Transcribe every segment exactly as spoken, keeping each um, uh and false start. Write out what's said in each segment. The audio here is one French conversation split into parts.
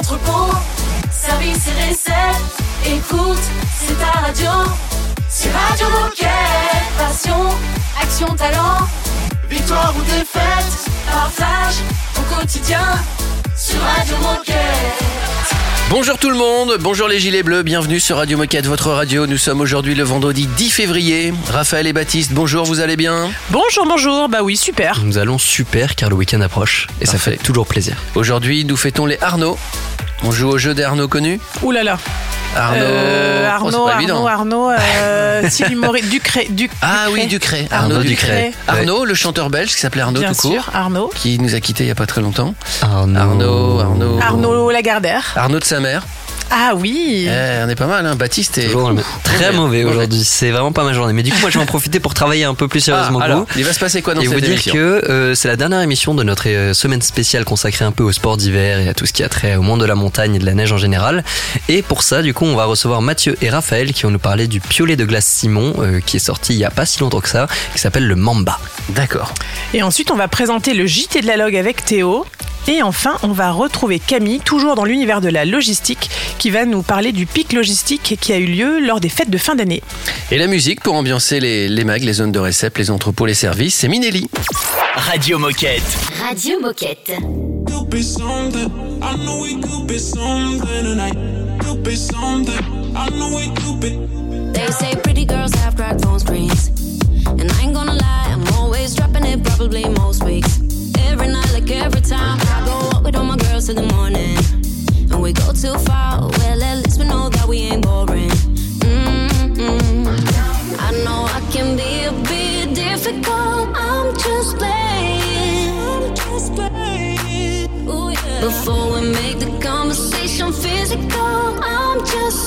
entrepôt, service et recettes. Écoute, c'est ta radio. C'est Radio Moquette. Passion, action, talent. Victoire ou défaite, partage au quotidien sur Radio Moquette. Bonjour tout le monde, bonjour les gilets bleus, bienvenue sur Radio Moquette, votre radio. Nous sommes aujourd'hui le vendredi dix février. Raphaël et Baptiste, bonjour, vous allez bien ? Bonjour, bonjour, bah oui, super. Nous allons super car le week-end approche et Parfait. Ça fait toujours plaisir. Aujourd'hui, nous fêtons les Arnaud. On joue au jeu des Arnaud connus ? Ouh là là. Arnaud, euh, Arnaud, oh, Arnaud, Arnaud, euh, Sylvie Maurice, Ducré, Ducré. Ah oui, Ducré, Arnaud, Arnaud Ducré. Ducré. Arnaud, le chanteur belge qui s'appelait Arnaud Bien tout court, sûr, Arnaud, qui nous a quittés il n'y a pas très longtemps. Arnaud, Arnaud, Arnaud, Arnaud Lagardère. Arnaud de sa mère. Ah oui. Eh, on est pas mal, hein. Baptiste est toujours Ouh, très mauvais aujourd'hui. C'est vraiment pas ma journée. Mais du coup, moi, je vais en profiter pour travailler un peu plus sérieusement ah, que alors, vous. Il va se passer quoi dans et cette vous dire émission que euh, c'est la dernière émission de notre euh, semaine spéciale consacrée un peu au sport d'hiver et à tout ce qui a trait au monde de la montagne et de la neige en général. Et pour ça, du coup, on va recevoir Mathieu et Raphaël qui vont nous parler du piolet de glace Simon euh, qui est sorti il y a pas si longtemps que ça, qui s'appelle le Mamba. D'accord. Et ensuite, on va présenter le J T de la log avec Théo. Et enfin, on va retrouver Camille, toujours dans l'univers de la logistique, qui va nous parler du pic logistique qui a eu lieu lors des fêtes de fin d'année. Et la musique pour ambiancer les, les mags, les zones de récep, les entrepôts, les services, c'est Minelli. Radio Moquette. Radio Moquette. They say pretty girls have cracked phone screens. And I ain't gonna lie, I'm always dropping it probably most weeks. Every night, like every time, I go out with all my girls till the morning. And we go too far, well, at least we know that we ain't boring. Mm-hmm. I know I can be a bit difficult, I'm just playing. I'm just playing. Ooh, yeah. Before we make the conversation physical, I'm just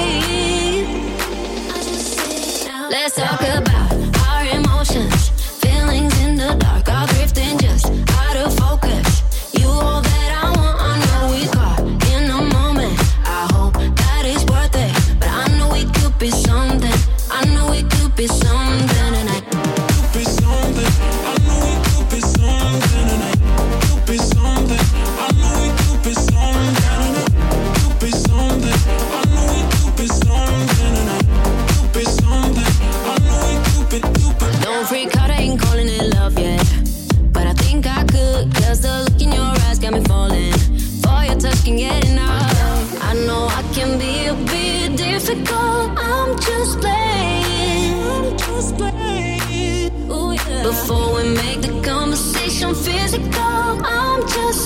saying. I just say now. Let's talk about our emotions, feelings in the dark, all drifting just out of focus. You all that I want, I know we caught in a moment. I hope that it's worth it, but I know we could be something. I know we could be something tonight. Could be something. I know we could be something tonight. Could be something. I know we could be something tonight. Could be something. I know we could be something tonight. Could be something. I know we could be, could be. Don't freak out, I ain't calling it love yet, but I think I could, cause the look in your eyes got me falling for your touch, can get enough. I know I can be a bit difficult, I'm just playing. I'm just playing. Ooh, yeah. Before we make the conversation physical, I'm just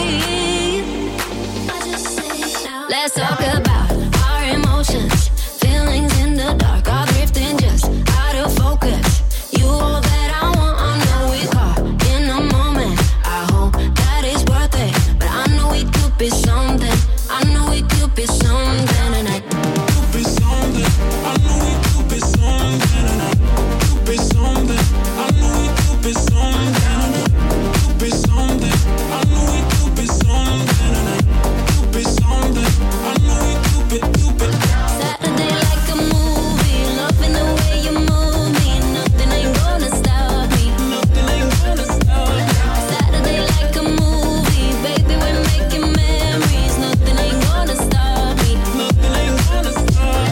saying. I just say now. Let's talk about our emotions, feelings in the dark, all drifting just out of focus. You all that I want, I know we caught in a moment. I hope that it's worth it, but I know we could be something. I know we could be something tonight. Could be something. I know we could be something tonight. Could be something. I know we could be something tonight. Could be something. I know we could be something tonight. Could be something. I know we could be, could be. Saturday like a movie, loving the way you move me. Nothing ain't gonna stop me. Nothing ain't gonna stop me. Saturday like a movie, baby, we're making memories. Nothing ain't gonna stop me. Nothing ain't gonna stop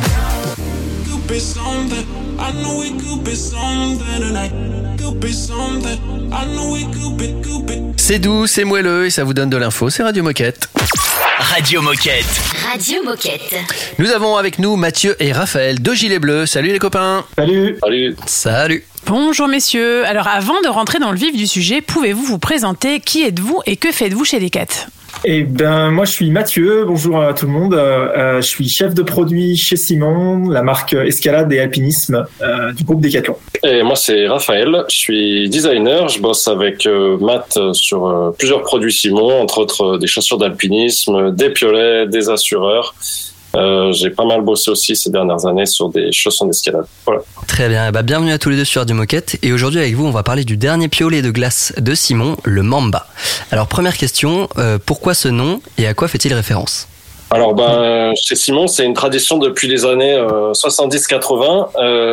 me. Could be something. I know we could be something tonight. Could be something. I know we could be, could be. C'est doux, c'est moelleux et ça vous donne de l'info, c'est Radio Moquette. Radio Moquette. Radio Moquette. Nous avons avec nous Mathieu et Raphaël, deux gilets bleus. Salut les copains. Salut. Salut. Salut. Bonjour messieurs. Alors avant de rentrer dans le vif du sujet, pouvez-vous vous présenter? Qui êtes-vous et que faites-vous chez Decat? Eh ben, moi, je suis Mathieu. Bonjour à tout le monde. Euh, je suis chef de produit chez Simon, la marque escalade et alpinisme euh, du groupe Decathlon. Et moi, c'est Raphaël. Je suis designer. Je bosse avec euh, Matt sur euh, plusieurs produits Simon, entre autres euh, des chaussures d'alpinisme, des piolets, des assureurs. Euh, j'ai pas mal bossé aussi ces dernières années sur des chaussons d'escalade. Voilà. Très bien, et bah bienvenue à tous les deux sur Radio Moquette. Et aujourd'hui avec vous, on va parler du dernier piolet de glace de Simon, le Mamba. Alors première question, euh, pourquoi ce nom et à quoi fait-il référence ? Alors, ben, chez Simon, c'est une tradition depuis les années euh, soixante-dix quatre-vingts.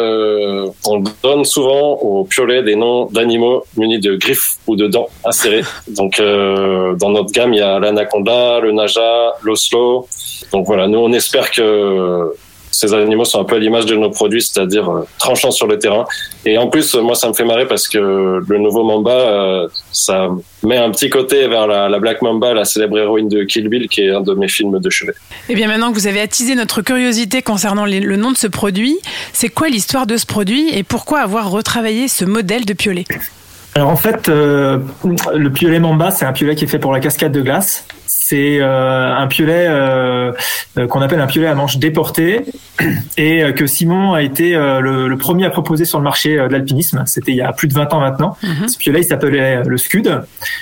Euh, on donne souvent aux piolets des noms d'animaux munis de griffes ou de dents acérées. Donc, euh, dans notre gamme, il y a l'anaconda, le naja, l'oslo. Donc voilà, nous, on espère que ces animaux sont un peu à l'image de nos produits, c'est-à-dire euh, tranchants sur le terrain. Et en plus, moi, ça me fait marrer parce que le nouveau Mamba, euh, ça met un petit côté vers la, la Black Mamba, la célèbre héroïne de Kill Bill, qui est un de mes films de chevet. Et bien maintenant que vous avez attisé notre curiosité concernant les, le nom de ce produit, c'est quoi l'histoire de ce produit et pourquoi avoir retravaillé ce modèle de piolet ? Alors en fait, euh, le piolet Mamba, c'est un piolet qui est fait pour la cascade de glace. C'est euh, un piolet euh, qu'on appelle un piolet à manche déportée et que Simon a été euh, le, le premier à proposer sur le marché de l'alpinisme. C'était il y a plus de vingt ans maintenant. Mm-hmm. Ce piolet, il s'appelait le Scud.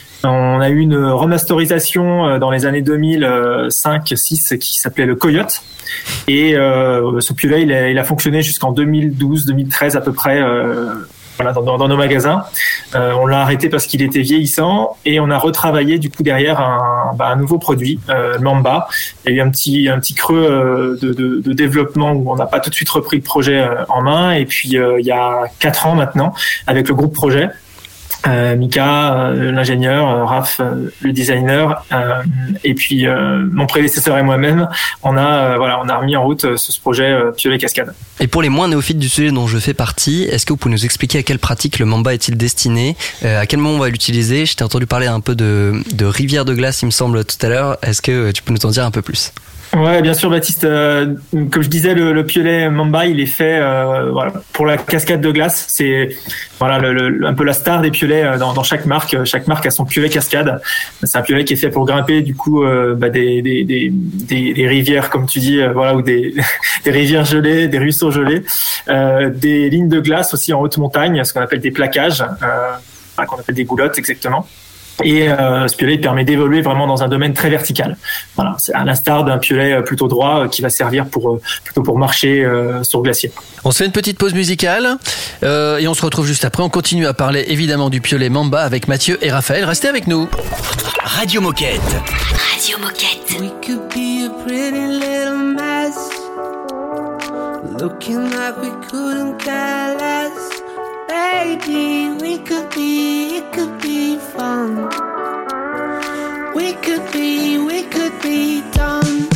On a eu une remasterisation dans les années deux mille cinq six qui s'appelait le Coyote. Et euh, ce piolet, il a, il a fonctionné jusqu'en deux mille douze deux mille treize à peu près. Euh, Voilà, dans, dans, dans nos magasins. Euh, on l'a arrêté parce qu'il était vieillissant et on a retravaillé du coup derrière un, bah, un nouveau produit, euh, Mamba. Il y a eu un petit, un petit creux euh, de, de, de développement où on n'a pas tout de suite repris le projet euh, en main. Et puis euh, il y a quatre ans maintenant, avec le groupe projet, Euh, Mika, euh, l'ingénieur, euh, Raph, euh, le designer, euh, et puis euh, mon prédécesseur et moi-même, on a euh, voilà, on a remis en route euh, ce, ce projet euh, Piolet Cascade. Et pour les moins néophytes du sujet dont je fais partie, est-ce que vous pouvez nous expliquer à quelle pratique le Mamba est-il destiné, euh, à quel moment on va l'utiliser ? Je t'ai entendu parler un peu de, de rivière de glace, il me semble, tout à l'heure. Est-ce que tu peux nous en dire un peu plus ? Ouais, bien sûr, Baptiste. Euh, comme je disais, le, le piolet Mamba, il est fait euh, voilà, pour la cascade de glace. C'est voilà le, le, un peu la star des piolets dans, dans chaque marque. Chaque marque a son piolet cascade. C'est un piolet qui est fait pour grimper du coup euh, bah, des, des, des, des, des rivières, comme tu dis, euh, voilà, ou des, des rivières gelées, des ruisseaux gelés, euh, des lignes de glace aussi en haute montagne, ce qu'on appelle des plaquages, euh, qu'on appelle des goulottes exactement. Et euh, ce piolet permet d'évoluer vraiment dans un domaine très vertical. Voilà, c'est à l'instar d'un piolet plutôt droit euh, qui va servir pour euh, plutôt pour marcher euh, sur glacier. On se fait une petite pause musicale euh, et on se retrouve juste après. On continue à parler évidemment du piolet Mamba avec Mathieu et Raphaël. Restez avec nous. Radio Moquette. Radio Moquette. We could be a pretty little mess, looking like we couldn't care less. Baby, we could be, it could be fun. We could be, we could be done.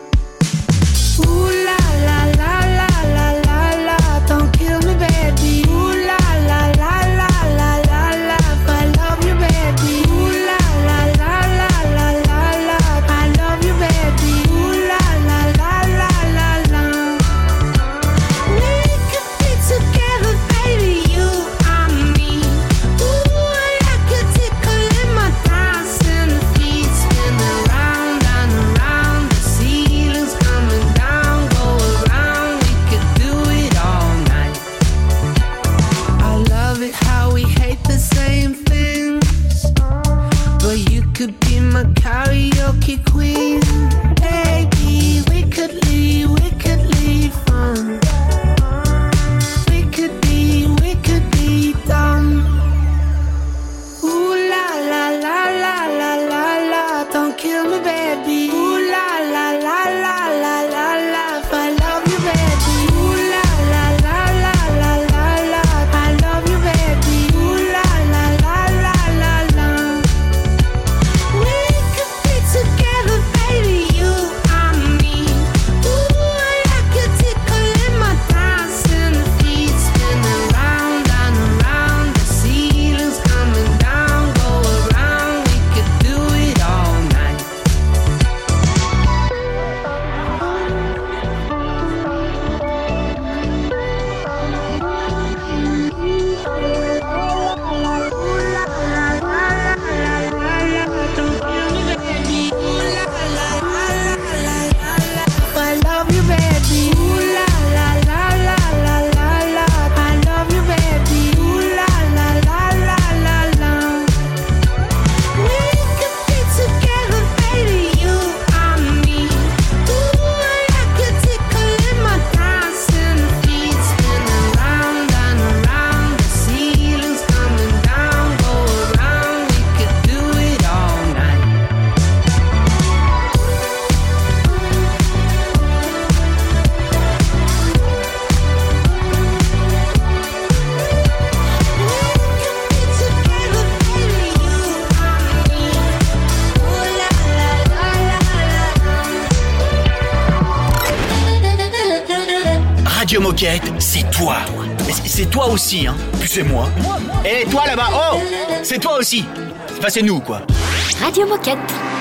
Ooh la la la la la la la, don't kill me, baby. Ooh la la la la la la la, I love you, baby. Ooh la la la la la la la, I love you, baby. Ooh la la la la la la. We could be together, baby. Radio Moquette, c'est toi. Mais c'est- c'est toi aussi, hein. Puis c'est moi. Et toi là-bas, oh, c'est toi aussi. Enfin, c'est nous, quoi. Radio Moquette.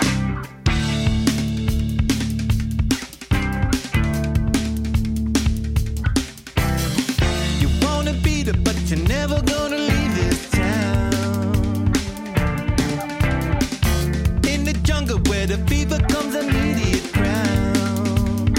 You wanna beat it, but you're never gonna leave this town. In the jungle where the fever comes immediate ground.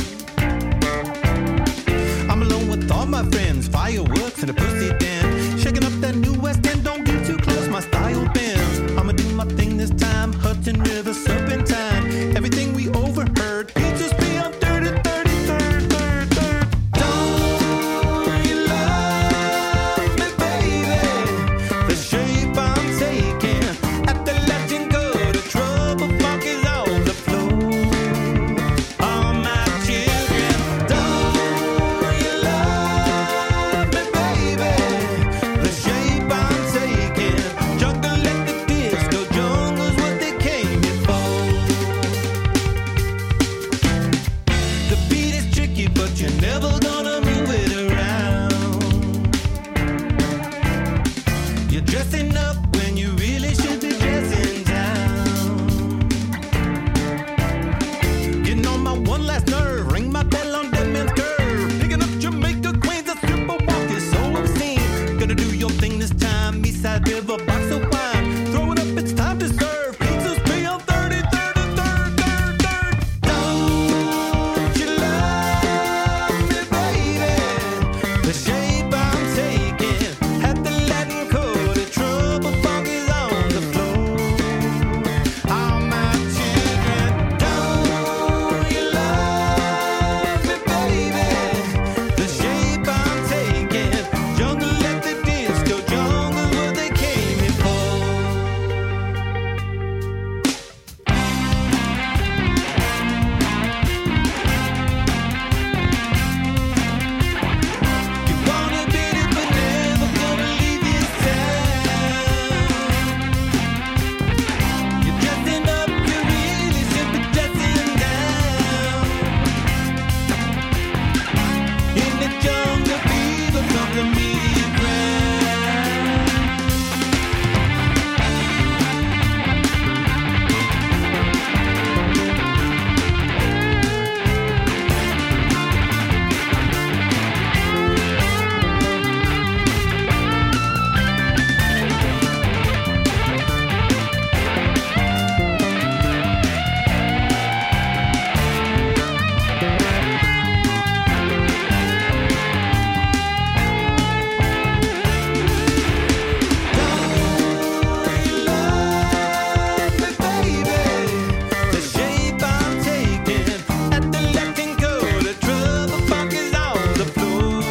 I'm alone with all my friends, fireworks and a pussy dance. Shaking up that new West End, don't get too close, my style bends. I'ma do my thing this time, Hudson River, serpentine. Everything we overheard, it just be on thirty, thirty, third, third, third. Don't you love me, baby? The shape I'm taking at the letting go, the trouble funk is on the floor. All my children, don't you love me, baby? The shape I'm taking, jungle at the disco, jungle's what they came here for. The beat is tricky, but you're never gonna move it around. You're dressing up when you really should be dressing down. Getting on my one last nerve, ring my bell on that man's curve. Picking up Jamaica Queens, a stripper walk is so obscene. Gonna do your thing this time, Eastside River, box of wine. Throw it up, it's time to serve. Pizzas be on thirty, thirty, third, third, third. Don't you love me, baby? The shape I'm taking at the Latin code, the trouble funk is on the floor. All my children, don't you love me, baby? The shape I'm taking, jungle at the disco, jungle what they came here for. You wanna beat it, but never gonna leave this town. You're dressing up, you really should be dressing down. In the jungle, fever comes immediate ground. The shape I'm taking at the letting go, the trouble funk is on the floor.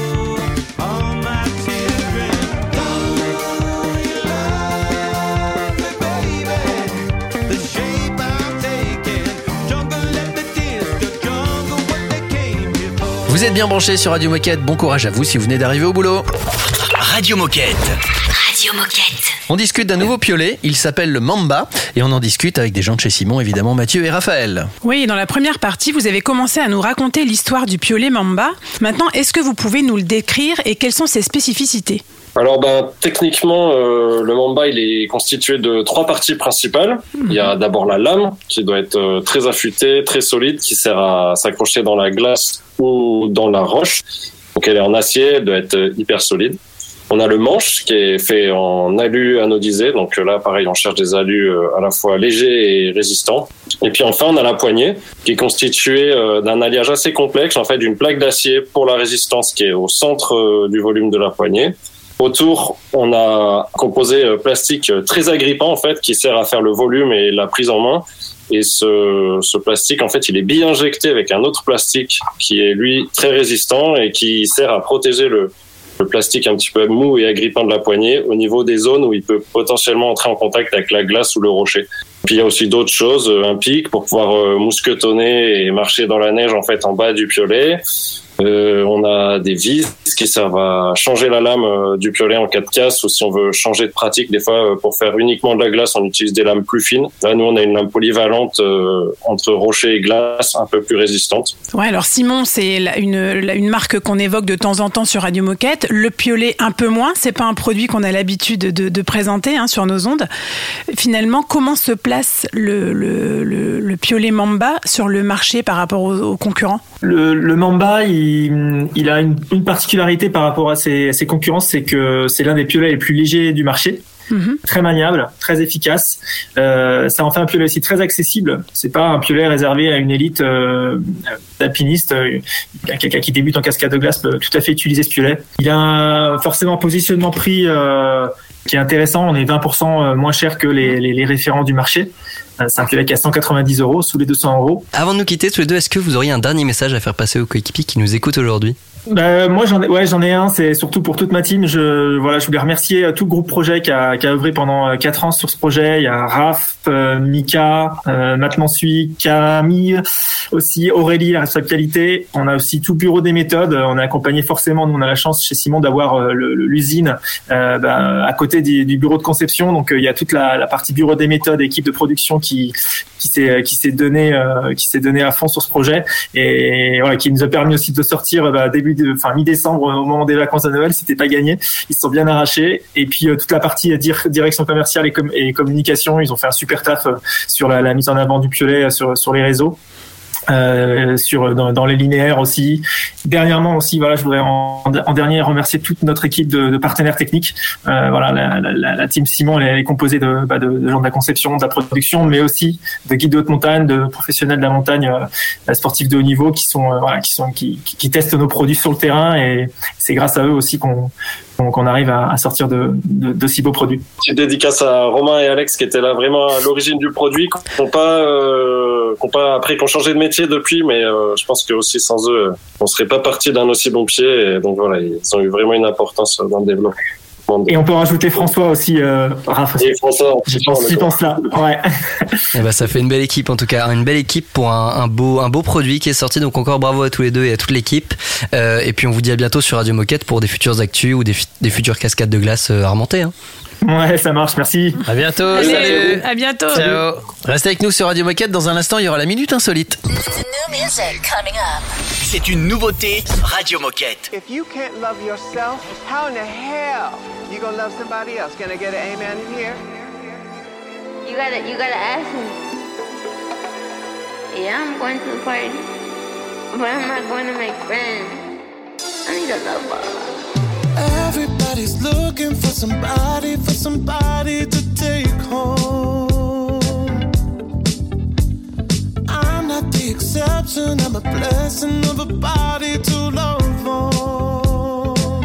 All my children, don't you love me, baby? The shape I'm taking, jungle at the disco, jungle what they came here for. Vous êtes bien branchés sur Radio Moquette, bon courage à vous si vous venez d'arriver au boulot. Radio Moquette. Radio Moquette. On discute d'un nouveau piolet, il s'appelle le Mamba, et on en discute avec des gens de chez Simon, évidemment Mathieu et Raphaël. Oui, dans la première partie, vous avez commencé à nous raconter l'histoire du piolet Mamba. Maintenant, est-ce que vous pouvez nous le décrire et quelles sont ses spécificités ? Alors ben techniquement euh, le mamba il est constitué de trois parties principales. Il y a d'abord la lame qui doit être euh, très affûtée, très solide, qui sert à s'accrocher dans la glace ou dans la roche. Donc elle est en acier, elle doit être euh, hyper solide. On a le manche qui est fait en alu anodisé, donc là pareil on cherche des alus euh, à la fois légers et résistants. Et puis enfin on a la poignée qui est constituée euh, d'un alliage assez complexe, en fait d'une plaque d'acier pour la résistance qui est au centre euh, du volume de la poignée. Autour, on a composé plastique très agrippant en fait, qui sert à faire le volume et la prise en main. Et ce, ce plastique, en fait, il est bi-injecté avec un autre plastique qui est lui très résistant et qui sert à protéger le, le plastique un petit peu mou et agrippant de la poignée au niveau des zones où il peut potentiellement entrer en contact avec la glace ou le rocher. Puis il y a aussi d'autres choses, un pic pour pouvoir mousquetonner et marcher dans la neige en fait en bas du piolet. Euh, on a des vis qui servent à changer la lame euh, du piolet en cas de casse, ou si on veut changer de pratique, des fois euh, pour faire uniquement de la glace, on utilise des lames plus fines. Là, nous, on a une lame polyvalente euh, entre rocher et glace, un peu plus résistante. Ouais, alors Simon, c'est la- une, la- une marque qu'on évoque de temps en temps sur Radio Moquette. Le piolet, un peu moins. C'est pas un produit qu'on a l'habitude de, de présenter hein, sur nos ondes. Finalement, comment se place le, le, le, le piolet Mamba sur le marché par rapport aux, aux concurrents ? Le, le Mamba, il, il a une, une particularité par rapport à ses, à ses concurrents, c'est que c'est l'un des piolets les plus légers du marché. Mmh. Très maniable, très efficace. Euh, ça en fait un piolet aussi très accessible. C'est pas un piolet réservé à une élite euh, d'alpinistes. Euh, quelqu'un qui débute en cascade de glace peut tout à fait utiliser ce piolet. Il a un, forcément un positionnement prix euh, qui est intéressant. On est vingt pour cent moins cher que les, les, les référents du marché. C'est un piolet qui est à cent quatre-vingt-dix euros, sous les deux cents euros. Avant de nous quitter tous les deux, est-ce que vous auriez un dernier message à faire passer aux coéquipiers qui nous écoutent aujourd'hui ? Bah, moi j'en ai, ouais j'en ai un. C'est surtout pour toute ma team. Je voilà, je voulais remercier tout le groupe projet qui a, qui a œuvré pendant quatre ans sur ce projet. Il y a Raph, euh, Mika, euh, Matt Mansuy, Camille, aussi Aurélie, la responsable qualité. On a aussi tout le bureau des méthodes. On est accompagné forcément. Nous on a la chance chez Simon d'avoir euh, le, l'usine euh, bah, à côté du, du bureau de conception. Donc euh, il y a toute la, la partie bureau des méthodes, équipe de production qui qui s'est qui s'est donné euh, qui s'est donné à fond sur ce projet et voilà, qui nous a permis aussi de sortir bah, début de, enfin mi-décembre au moment des vacances de Noël. C'était pas gagné, ils se sont bien arrachés. Et puis euh, toute la partie dir- direction commerciale et, com- et communication, ils ont fait un super taf euh, sur la, la mise en avant du piolet euh, sur sur les réseaux. Euh, sur dans, dans les linéaires aussi. Dernièrement aussi, voilà, je voudrais en, en dernier remercier toute notre équipe de, de partenaires techniques. Euh, voilà, la, la, la team Simon, elle est composée de, bah, de, de gens de la conception, de la production, mais aussi de guides de haute montagne, de professionnels de la montagne, euh, sportifs de haut niveau, qui sont, euh, voilà, qui sont, qui, qui, qui testent nos produits sur le terrain, et c'est grâce à eux aussi qu'on qu'on arrive à sortir de, de, de si beaux produits. Petite dédicace à Romain et Alex qui étaient là vraiment à l'origine du produit, qui n'ont pas, euh, qui ont pas après, qui ont changé de métier depuis, mais euh, je pense que aussi sans eux, on serait pas parti d'un aussi bon pied. Et donc voilà, ils ont eu vraiment une importance dans le développement. Et on peut rajouter François aussi, euh, Raph. Et François, j'y pense, j'y pense là. Ouais. Et bah ça fait une belle équipe en tout cas, une belle équipe pour un, un beau un beau produit qui est sorti. Donc encore bravo à tous les deux et à toute l'équipe. Euh, et puis on vous dit à bientôt sur Radio Moquette pour des futures actus ou des, des futures cascades de glace euh, à remonter. Hein. Ouais, ça marche, merci. À bientôt. Allez, salut. à bientôt. Ciao. Restez avec nous sur Radio Moquette. Dans un instant, il y aura la minute insolite. C'est une nouveauté Radio Moquette. If you can't love yourself, how in the hell you gonna love somebody else? Can I get an amen in here? You gotta, you gotta ask me. Yeah, I'm going to the party, but I'm not going to make friends. I need a lover. Everybody's looking for somebody, for somebody to take home. I'm not the exception, I'm a blessing of a body to love on.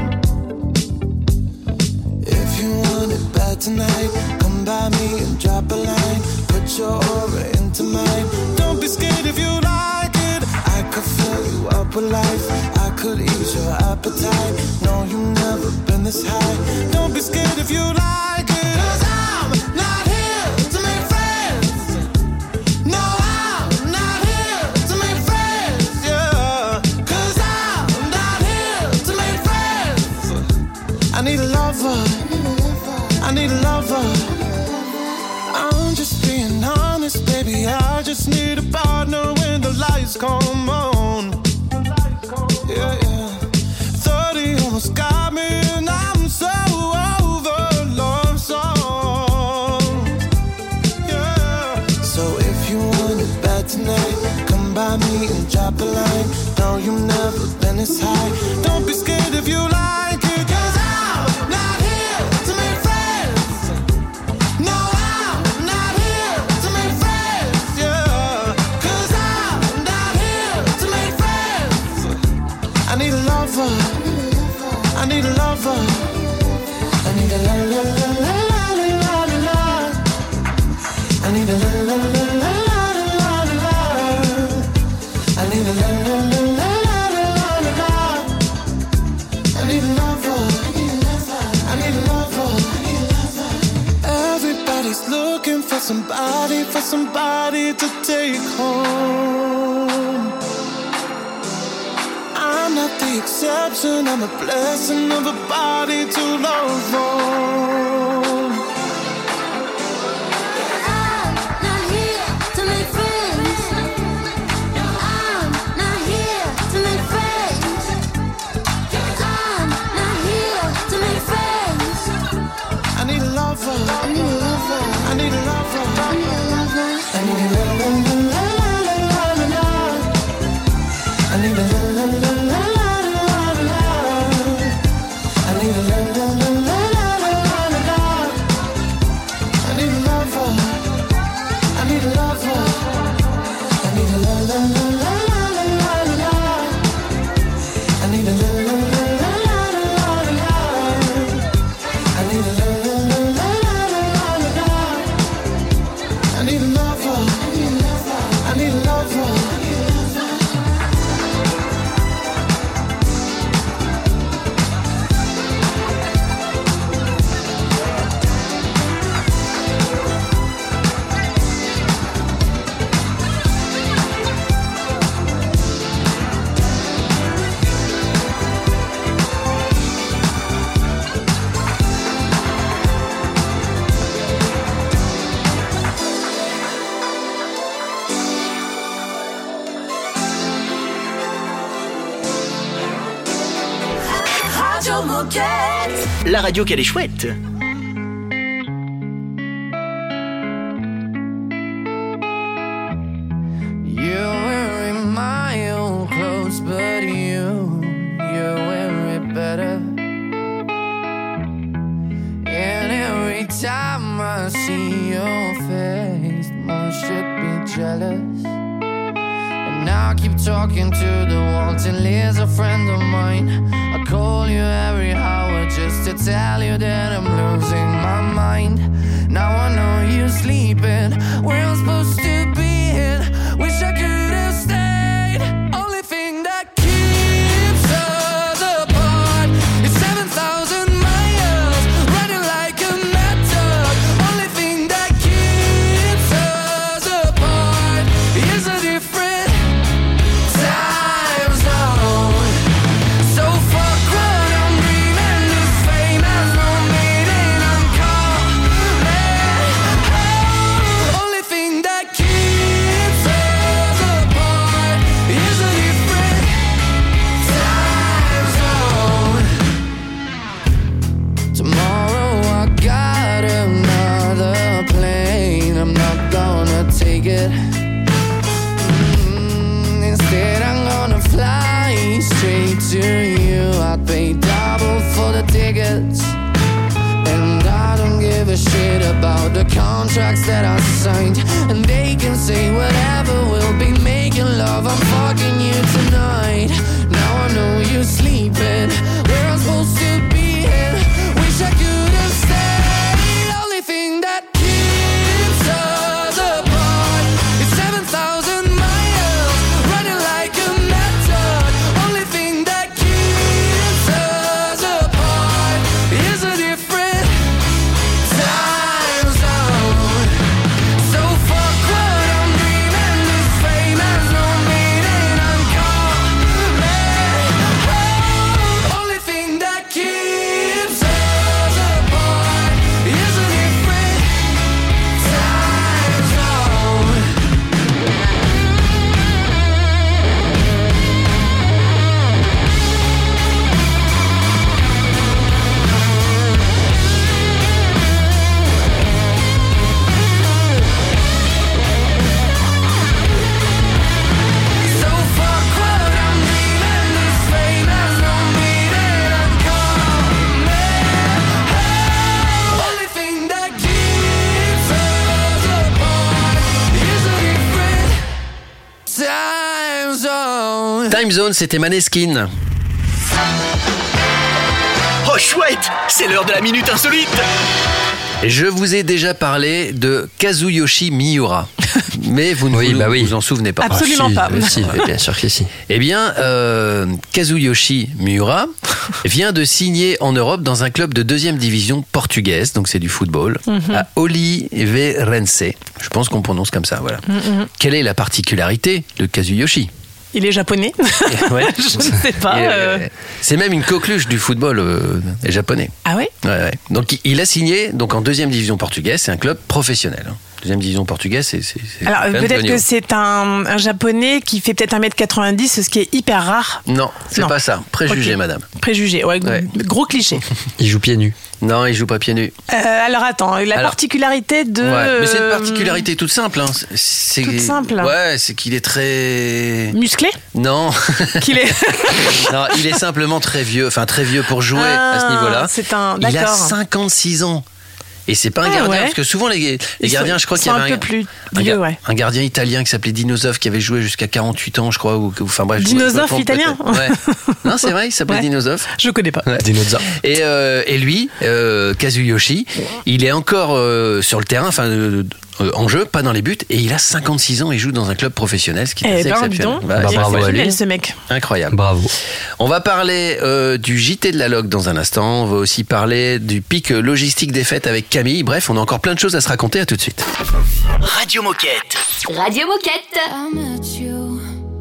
If you want it bad tonight, come by me and drop a line. Put your aura into mine. Don't be scared if you like it. I could fill you up with life. I could ease your appetite. No, you've never been this high. Don't be scared if you like it. 'Cause I'm not here to make friends. No, I'm not here to make friends, yeah. 'Cause I'm not here to make friends. I need a lover. I need a lover. I'm just being honest, baby. I just need a partner when the lights come on. Yeah, yeah. thirty almost got me, and I'm so over love songs. Yeah. So if you want it bad tonight, come by me and drop a line. No, you've never been this high. Don't be scared if you like it. 'Cause I'm not here to make friends. No, I'm not here to make friends, yeah. 'Cause I'm not here to make friends. I need a lover. I need a lover. I need a la la la la la la la la. I need a la la la la la la la la. I need a la la la la la la la. I need a lover. I need a lover. Everybody's looking for somebody, for somebody to take home. I'm not not the exception. I'm a blessing of a body to love on. I'm not here to make friends. I'm not here to make friends. I'm not here to make friends. I need a lover. I need a lover. I need a lover. I need a lover. I need a lover. I need a la la la la la la la. I need a la la la la la la la. I need a lover. I need a lover. I need a la la la la la la la. I need a la la la la la la la. I need a la la la la la la la. I need a lover. I need a lover. Radio Moquette. La radio qu'elle est chouette. You're wearing my old clothes, but you, you wear it better. And every time I see your face, more should be jealous. And I keep talking to the wall till he's a friend of mine. I call you every hour just to tell you that I'm losing my mind. Now I know you're sleeping where I'm supposed to be, and wish I could have stayed. Only thing that keeps us apart is seven thousand miles running like a mad dog. Only thing that keeps us apart is a different time zone. So fuck what I'm dreaming, this fame has no meaning. I'm calling home. Only thing that keeps us apart is a different time zone. Tomorrow I got another plane. I'm not gonna take it. Mm, Instead I'm gonna fly straight to you. I'd pay double for the tickets. And I don't give a shit about the contracts that I signed. And they can say whatever, we'll be making love. I'm fucking you tonight. Now I know you're sleeping where I'm supposed to be, and wish I could have stayed. Only thing that keeps us apart is seven thousand miles running like a mad dog. Only thing that keeps us apart is a different time zone. So fuck what I'm dreaming, this fame has no meaning. I'm calling home. Only thing that keeps us apart is a different time zone. So fuck what I'm dreaming, this fame has no meaning. I'm calling home. Only thing that keeps us apart is a different time zone. Time Zone, c'était Maneskin. Oh chouette, c'est l'heure de la minute insolite. Je vous ai déjà parlé de Kazuyoshi Miura, mais vous ne Oui, vous, bah oui. vous en souvenez pas. Absolument Ah, pas. si, si, bien sûr que si. Eh bien, euh, Kazuyoshi Miura vient de signer en Europe dans un club de deuxième division portugaise, donc c'est du football, à Oliveirense. Je pense qu'on prononce comme ça, voilà. Quelle est la particularité de Kazuyoshi ? Il est japonais. Ouais. Je ne sais pas. Et, euh... euh, c'est même une coqueluche du football euh, japonais. Ah ouais, ouais, ouais. Donc il a signé donc en deuxième division portugaise, c'est un club professionnel. Hein. Deuxième division portugaise, c'est. c'est, c'est Alors peut-être que c'est un, un japonais qui fait peut-être un mètre quatre-vingt-dix, ce qui est hyper rare. Non, c'est non. pas ça. Préjugé, okay. Madame. Préjugé, ouais, ouais. Gros cliché. Il joue pieds nus. Non, il joue pas pieds nus. Euh, alors attends, la alors, particularité de. Ouais, mais c'est une particularité toute simple. Hein. C'est, toute simple. Ouais, c'est qu'il est très. Musclé ? Non. Qu'il est. Non, il est simplement très vieux, enfin très vieux pour jouer ah, à ce niveau-là. C'est un. Il D'accord. a cinquantasix ans. Et c'est pas un ah, gardien, ouais. parce que souvent les, les gardiens, sont, je crois qu'il y avait un, un, peu plus un, vieux, ouais. un gardien italien qui s'appelait Dinosov qui avait joué jusqu'à quarante-huit ans, je crois. Ou, enfin bref. Dinosov italien. Ouais. Non, c'est vrai, il s'appelait ouais. Dinosov. Je connais pas. Ouais. Dinosov. Et, euh, et lui, euh, Kazuyoshi, il est encore euh, sur le terrain, enfin. Euh, Euh, en jeu, pas dans les buts, et il a cinquante-six ans, il joue dans un club professionnel, ce qui est eh assez ben, exceptionnel. Bah, bah, bravo à lui, ce mec. Incroyable. Bravo. On va parler euh, du J T de la Log dans un instant. On va aussi parler du pic logistique des fêtes avec Camille. Bref, on a encore plein de choses à se raconter. À tout de suite. Radio Moquette. Radio Moquette. I met you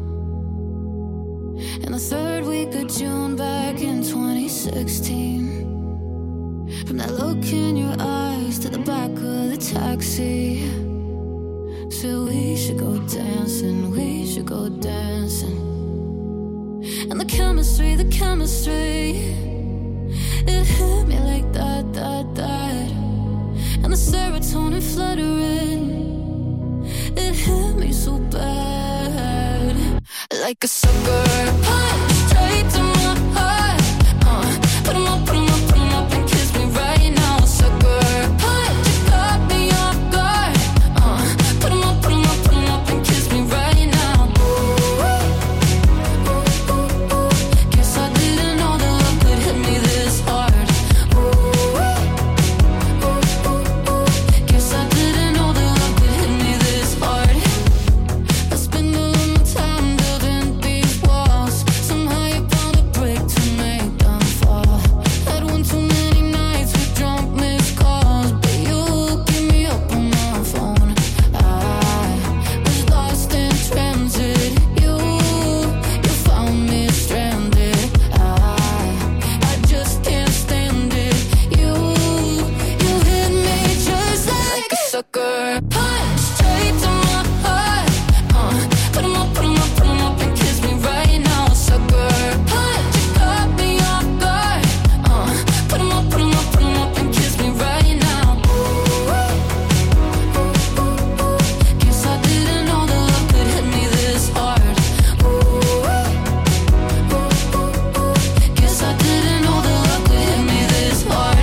in the third week of June back in twenty sixteen. From that look in your eyes to the back of the taxi. So we should go dancing, we should go dancing. And the chemistry, the chemistry, it hit me like that, that, that. And the serotonin fluttering, it hit me so bad. Like a sucker punch straight to my heart. Uh, put 'em up, put 'em up, put 'em up and kiss me right now. Sucker punch, you caught me off guard. Uh, put 'em up, put 'em up, put 'em up and kiss me right now. Ooh, ooh, ooh, ooh, ooh. Guess I didn't know that love could hit me this hard. Ooh, ooh, ooh, ooh, ooh. Guess I didn't know that love could hit me this hard. I spend all of my time building these walls. Somehow you found a brick to make them fall. Had one too many nights with drunk missed calls, but you keep me up on my phone. I was lost in transit. You, you found me stranded. I, I just can't stand it. You, you hit me just like a sucker punch straight to my heart. Uh, put 'em up, put 'em up, put 'em up and kiss me right now. Sucker punch, you caught me off guard. Uh, put 'em up, put 'em up, put 'em up and kiss me right now. Ooh, ooh, ooh, ooh, ooh. Guess I didn't know that love could hit me this hard. Ooh, ooh, ooh, ooh, ooh. Guess I didn't know that love could hit me this hard.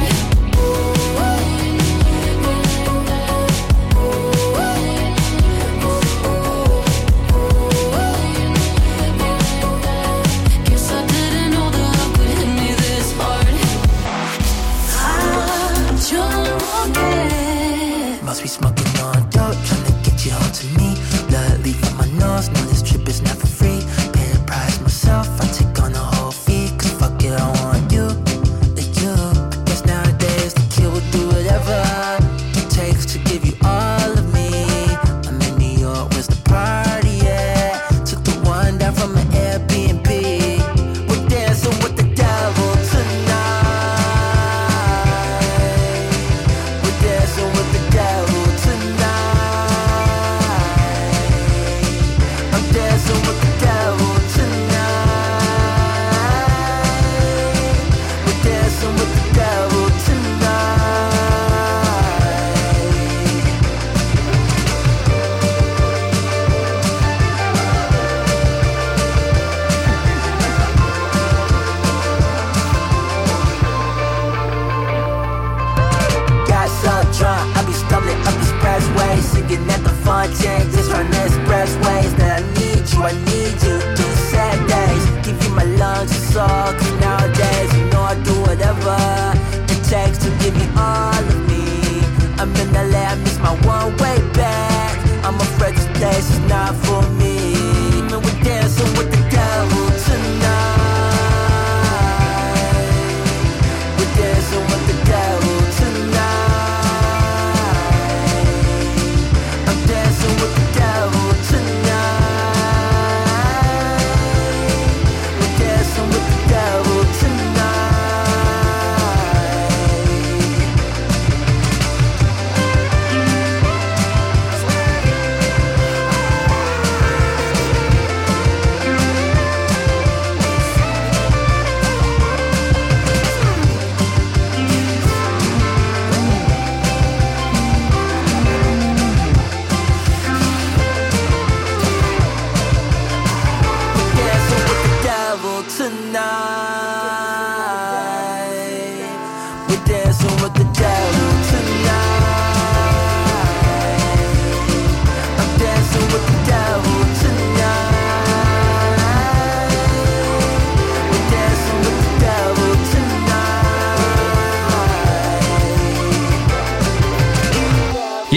Guess I didn't know that love could hit me this hard. Must be smoking on dope, trying to get you home to me. Blood leaving my nose, no, this trip is never free. Pay the price myself, I take on the whole fee. Cause fuck it, I want you, like you. I guess nowadays the kid will do whatever it takes to give you all of me. I'm in New York, where's the party at? Took the one down from an Airbnb. We're dancing with the devil tonight. We're dancing with the devil tonight. I'm dancing with the devil tonight. We're dancing with the devil tonight. Got so drunk, I be stumbling up expressways, singing at the fontaine, just run the expressways. That I need you, I need you these sad days. Give you my lungs and soul, cause nowadays you know I do whatever it takes to give you all of me. I'm in L A, I miss my one way back. I'm afraid this place is not for me. And we're dancing with the devil tonight. We're dancing with the devil tonight. I'm dancing with the devil tonight.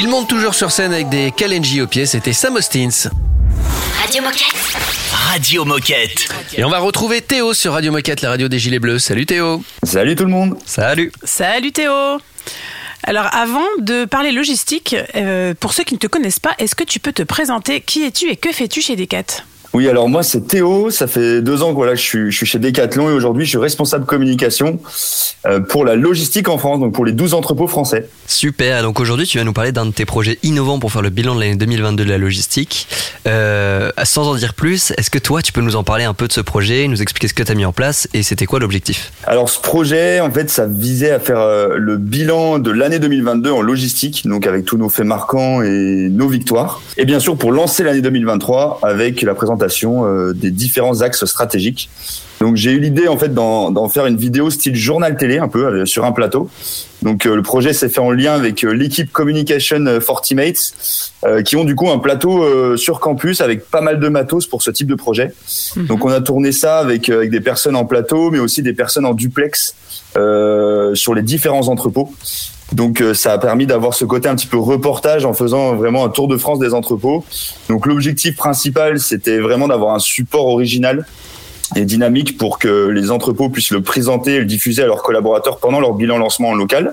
Il monte toujours sur scène avec des Kalenji au pied, c'était Sam Hostins. Radio Moquette. Radio Moquette. Et on va retrouver Théo sur Radio Moquette, la radio des Gilets Bleus. Salut Théo. Salut tout le monde. Salut. Salut Théo. Alors avant de parler logistique, euh, pour ceux qui ne te connaissent pas, est-ce que tu peux te présenter? Qui es-tu et que fais-tu chez Decat? Oui, alors moi c'est Théo, ça fait deux ans que voilà, je, suis, je suis chez Decathlon et aujourd'hui je suis responsable communication euh, pour la logistique en France, donc pour les douze entrepôts français. Super, donc aujourd'hui tu vas nous parler d'un de tes projets innovants pour faire le bilan de l'année deux mille vingt-deux de la logistique. Euh, sans en dire plus, est-ce que toi tu peux nous en parler un peu de ce projet, nous expliquer ce que tu as mis en place et c'était quoi l'objectif? Alors ce projet, en fait, ça visait à faire euh, le bilan de l'année deux mille vingt-deux en logistique, donc avec tous nos faits marquants et nos victoires. Et bien sûr pour lancer l'année deux mille vingt-trois avec la présentation euh, des différents axes stratégiques. Donc j'ai eu l'idée en fait d'en, d'en faire une vidéo style journal télé un peu euh, sur un plateau. Donc euh, le projet s'est fait en lien avec euh, l'équipe Communication Fortimates euh, qui ont du coup un plateau euh, sur campus avec pas mal de matos pour ce type de projet. Mmh. Donc on a tourné ça avec, euh, avec des personnes en plateau mais aussi des personnes en duplex euh, sur les différents entrepôts. Donc euh, ça a permis d'avoir ce côté un petit peu reportage en faisant vraiment un tour de France des entrepôts. Donc l'objectif principal c'était vraiment d'avoir un support original et dynamique pour que les entrepôts puissent le présenter et le diffuser à leurs collaborateurs pendant leur bilan lancement en local.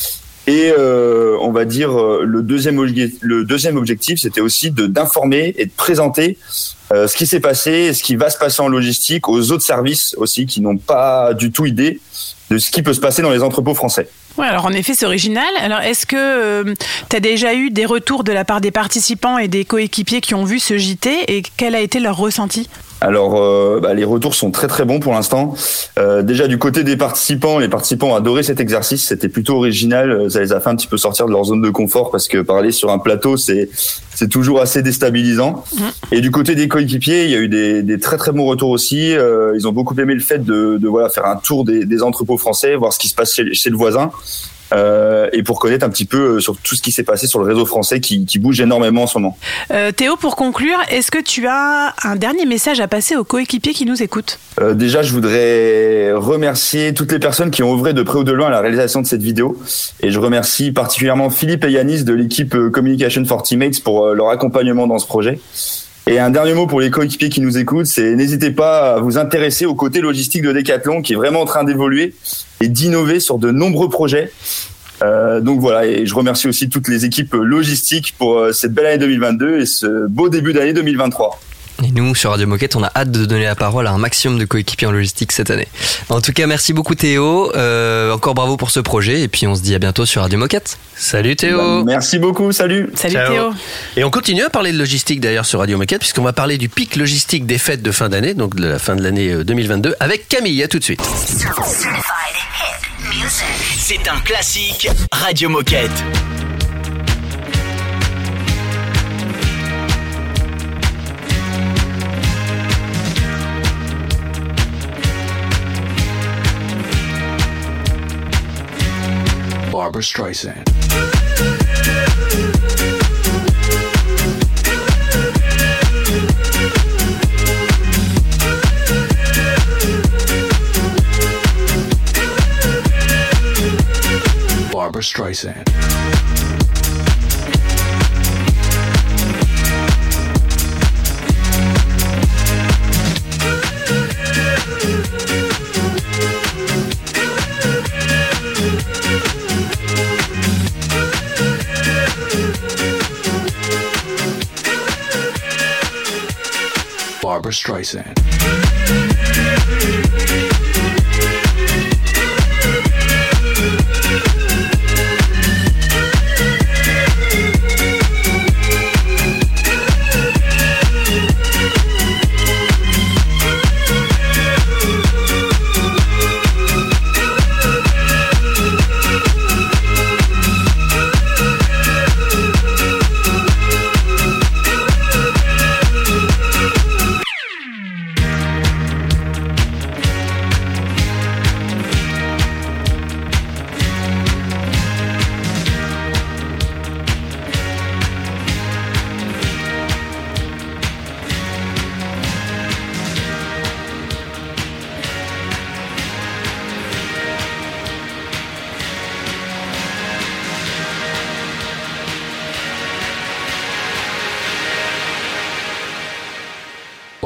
Et euh, on va dire le deuxième, le deuxième objectif, c'était aussi de, d'informer et de présenter euh, ce qui s'est passé et ce qui va se passer en logistique aux autres services aussi qui n'ont pas du tout idée de ce qui peut se passer dans les entrepôts français. Ouais, alors en effet, c'est original. Alors, est-ce que euh, tu as déjà eu des retours de la part des participants et des coéquipiers qui ont vu ce J T et quel a été leur ressenti ? Alors, euh, bah, les retours sont très très bons pour l'instant. Euh, déjà du côté des participants, les participants ont adoré cet exercice. C'était plutôt original. Ça les a fait un petit peu sortir de leur zone de confort parce que parler sur un plateau, c'est c'est toujours assez déstabilisant. Mmh. Et du côté des coéquipiers, il y a eu des, des très très bons retours aussi. Euh, ils ont beaucoup aimé le fait de, de voilà faire un tour des, des entrepôts français, voir ce qui se passe chez, chez le voisin. Euh, et pour connaître un petit peu sur tout ce qui s'est passé sur le réseau français qui, qui bouge énormément en ce moment. Euh, Théo, pour conclure, est-ce que tu as un dernier message à passer aux coéquipiers qui nous écoutent ? euh, Déjà, je voudrais remercier toutes les personnes qui ont œuvré de près ou de loin à la réalisation de cette vidéo. Et je remercie particulièrement Philippe et Yanis de l'équipe Communication Fortimates pour leur accompagnement dans ce projet. Et un dernier mot pour les coéquipiers qui nous écoutent, c'est n'hésitez pas à vous intéresser au côté logistique de Decathlon qui est vraiment en train d'évoluer et d'innover sur de nombreux projets. Euh, donc voilà, et je remercie aussi toutes les équipes logistiques pour cette belle année deux mille vingt-deux et ce beau début d'année deux mille vingt-trois. Et nous, sur Radio Moquette, on a hâte de donner la parole à un maximum de coéquipiers en logistique cette année. En tout cas, merci beaucoup Théo. Euh, encore bravo pour ce projet. Et puis, on se dit à bientôt sur Radio Moquette. Salut Théo. Bah, merci beaucoup, salut. Salut Ciao. Théo. Et on continue à parler de logistique d'ailleurs sur Radio Moquette, puisqu'on va parler du pic logistique des fêtes de fin d'année, donc de la fin de l'année deux mille vingt-deux, avec Camille. À tout de suite. C'est un classique Radio Moquette. Barbra Streisand. Barbra Streisand. Barbra Streisand.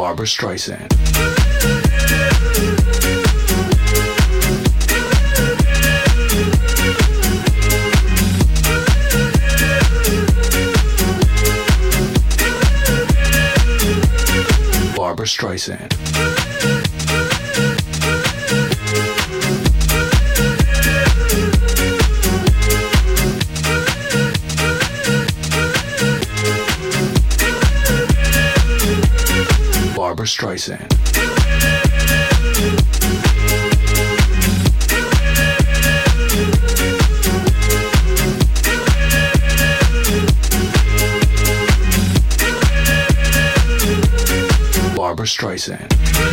Barbra Streisand. Barbra Streisand. Barbra Streisand. Barbra Streisand.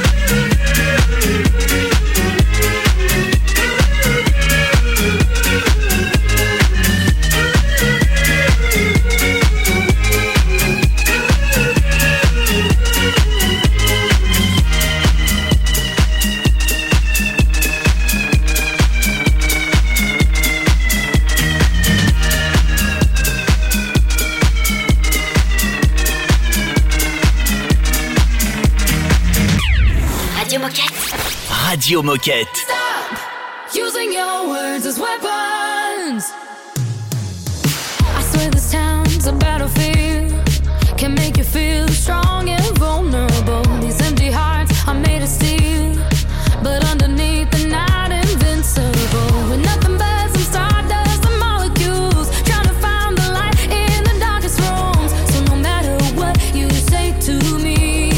Radio Moquette. Stop using your words as weapons. I swear this town's a battlefield. Can make you feel strong and vulnerable. These empty hearts are made of steel, but underneath the night invincible. With nothing but some stardust and molecules, trying to find the light in the darkest rooms. So no matter what you say to me,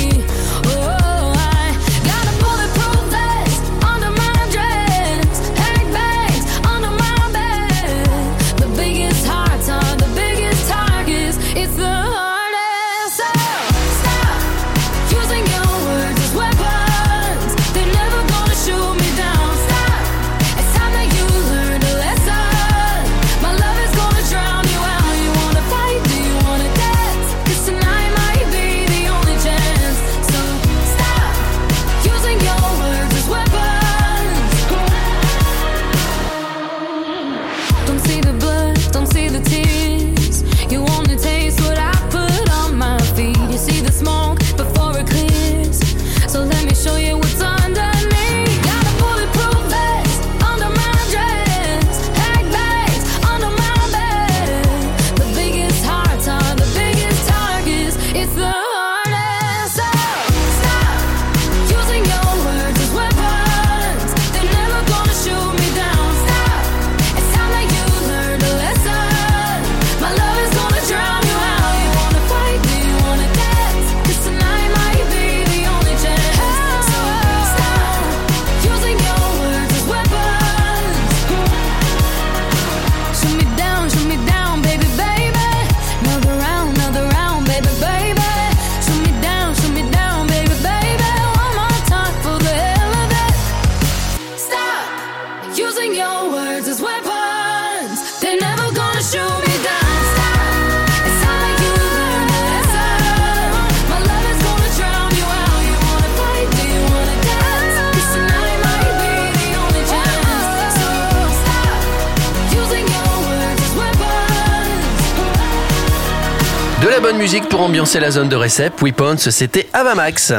De la bonne musique pour ambiancer la zone de récep. Weapons, c'était Avamax.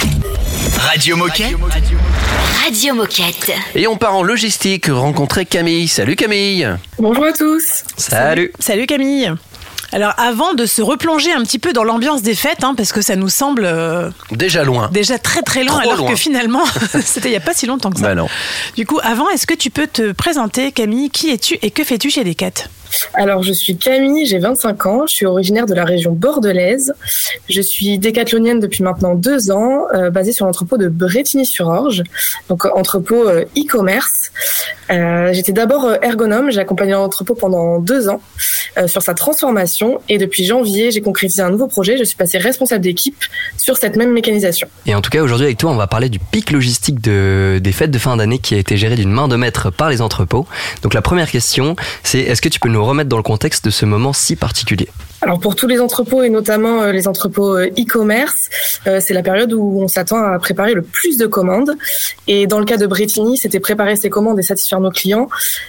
Radio Moquette. Radio Moquette. Et on part en logistique rencontrer Camille. Salut Camille. Bonjour à tous. Salut. Salut Camille. Alors avant de se replonger un petit peu dans l'ambiance des fêtes, hein, parce que ça nous semble euh, déjà loin, déjà très très loin, Trop alors loin. que finalement c'était il y a pas si longtemps que ça. Bah non. Du coup, avant, est-ce que tu peux te présenter, Camille? Qui es-tu et que fais-tu chez Decat? Alors, je suis Camille, j'ai vingt-cinq ans, je suis originaire de la région bordelaise. Je suis décathlonienne depuis maintenant deux ans, euh, basée sur l'entrepôt de Brétigny-sur-Orge, donc euh, entrepôt euh, e-commerce. Euh, j'étais d'abord euh, ergonome, j'ai accompagné l'entrepôt pendant deux ans euh, sur sa transformation et depuis janvier, j'ai concrétisé un nouveau projet, je suis passée responsable d'équipe sur cette même mécanisation. Et en tout cas, aujourd'hui avec toi, on va parler du pic logistique de, des fêtes de fin d'année qui a été géré d'une main de maître par les entrepôts. Donc la première question, c'est est-ce que tu peux nous nous remettre dans le contexte de ce moment si particulier. Alors pour tous les entrepôts et notamment les entrepôts e-commerce, euh, c'est la période où on s'attend à préparer le plus de commandes. Et dans le cas de Bretigny, c'était préparer ses commandes et satisfaire nos clients,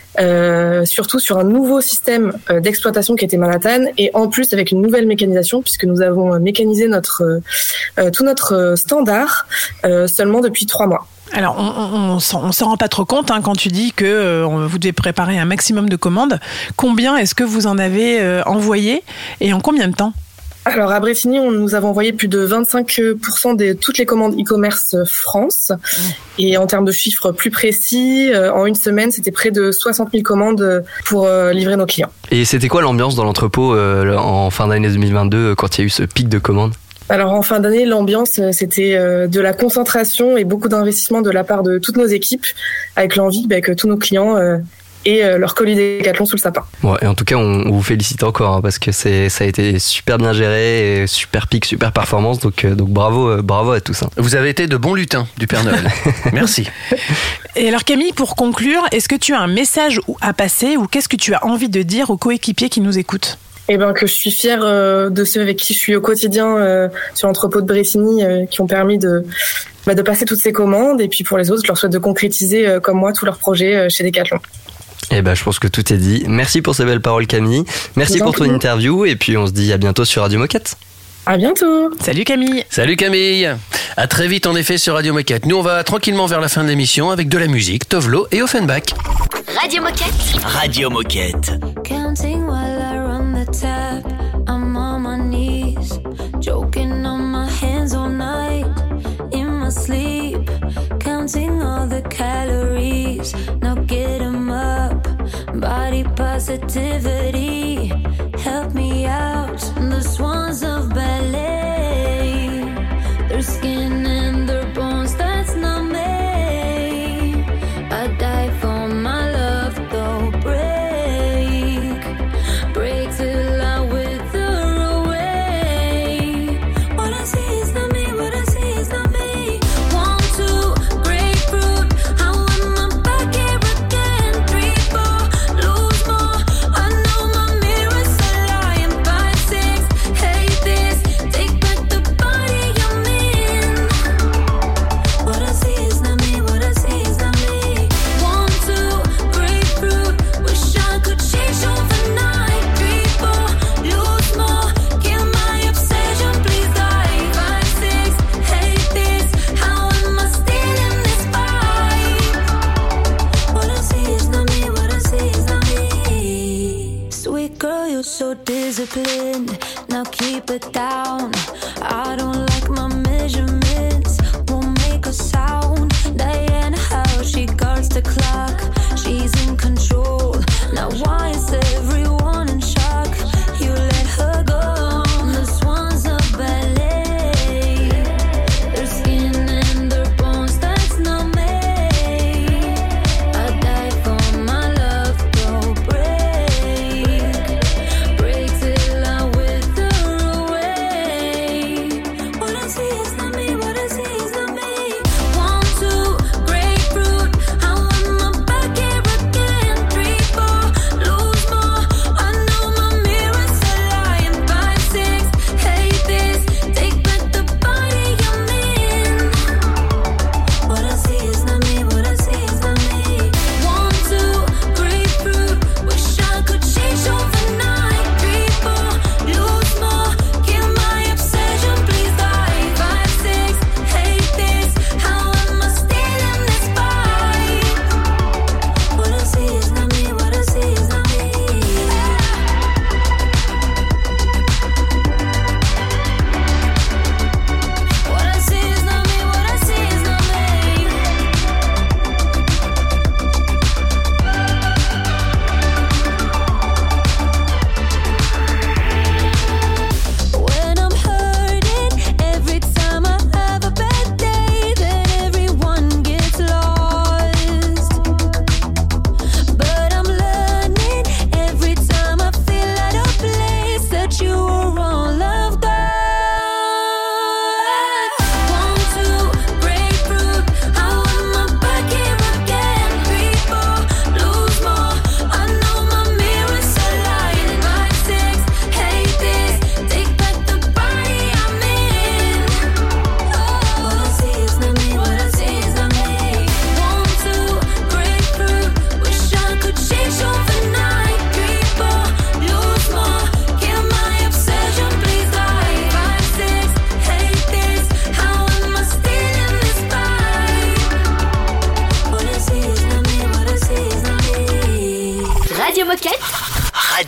euh, surtout sur un nouveau système d'exploitation qui était Manhattan et en plus avec une nouvelle mécanisation puisque nous avons mécanisé notre euh, tout notre standard euh, seulement depuis trois mois. Alors, on ne s'en rend pas trop compte hein, quand tu dis que euh, vous devez préparer un maximum de commandes. Combien est-ce que vous en avez euh, envoyé et en combien de temps ? Alors à Bretigny, on nous avons envoyé plus de vingt-cinq pour cent de toutes les commandes e-commerce France. Mmh. Et en termes de chiffres plus précis, euh, en une semaine, c'était près de soixante mille commandes pour euh, livrer nos clients. Et c'était quoi l'ambiance dans l'entrepôt euh, en fin d'année deux mille vingt-deux quand il y a eu ce pic de commandes ? Alors en fin d'année, l'ambiance, c'était de la concentration et beaucoup d'investissement de la part de toutes nos équipes, avec l'envie bah, que tous nos clients euh, aient leur colis Décathlon sous le sapin. Ouais, et en tout cas, on, on vous félicite encore hein, parce que c'est, ça a été super bien géré, et super pic, super performance, donc, donc bravo, euh, bravo à tous. Hein. Vous avez été de bons lutins du Père Noël. Merci. Et alors Camille, pour conclure, est-ce que tu as un message à passer ou qu'est-ce que tu as envie de dire aux coéquipiers qui nous écoutent ? Eh ben que je suis fière euh, de ceux avec qui je suis au quotidien euh, sur l'entrepôt de Bretigny euh, qui ont permis de bah, de passer toutes ces commandes et puis pour les autres je leur souhaite de concrétiser euh, comme moi tous leurs projets euh, chez Decathlon. Eh ben je pense que tout est dit. Merci pour ces belles paroles Camille. Merci pour ton interview et puis on se dit à bientôt sur Radio Moquette. À bientôt. Salut Camille. Salut Camille. À très vite en effet sur Radio Moquette. Nous on va tranquillement vers la fin de l'émission avec de la musique, Tovlo et Offenbach. Radio Moquette. Radio Moquette. Counting while I run the tap. I'm on my knees, joking on my hands all night. In my sleep, counting all the calories. Now get 'em up, body positivity. Help me out, the swans of ballet. Their skin and their bones, that's not me. I die for my love, though. Break, break till I wither away. What I see is not me, what I see is not me. One, two, grapefruit, how am I back here again? Three, four, lose more. I know my mirror's a lying. Five, six, hate this. Take back the body I'm in. What I see is not me, what I see is not me. One, two, grapefruit, wish I could change overnight. Three, four, lose more. Kill my obsession, please die. Five, six, hate this. How am I still in this fight? What I see is not me, what I see is not me. Sweet girl, you're so disciplined. Now keep it down. I don't like my measurements. Won't make a sound. Diana, how she guards the clock. She's in control. Now why is everyone in shock? You let her go. The swans of ballet. Their skin and their bones, that's not me. I die for my love, go break. Break till I wither away. What I see is not me, what I see is not me. One, two, grapefruit, how am I back here again? Three, four, lose more.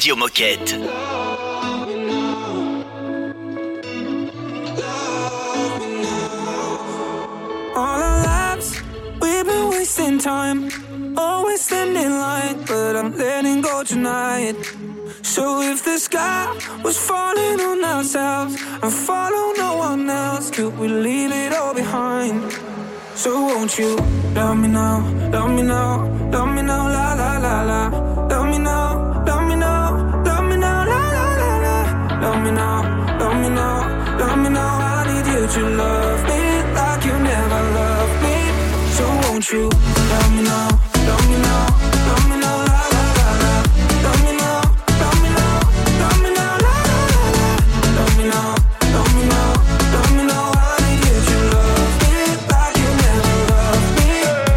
Radio Moquette. All our lives, we've been wasting time, always standing in line, but I'm letting go tonight. So if the sky was falling on ourselves and follow no one else, could we leave it all behind? So won't you love me now, love me now, love me now, la la la la. Love me now, love me now, love me now, la la la la. Love me now, love me now, love me now. I need you to love me like you never loved me. So won't you love me now, love me now, love me now, la la la la. Love me now, love me now, love me now, la la la la. Love me now, love me now, love me now. I need you to love me like you never loved me.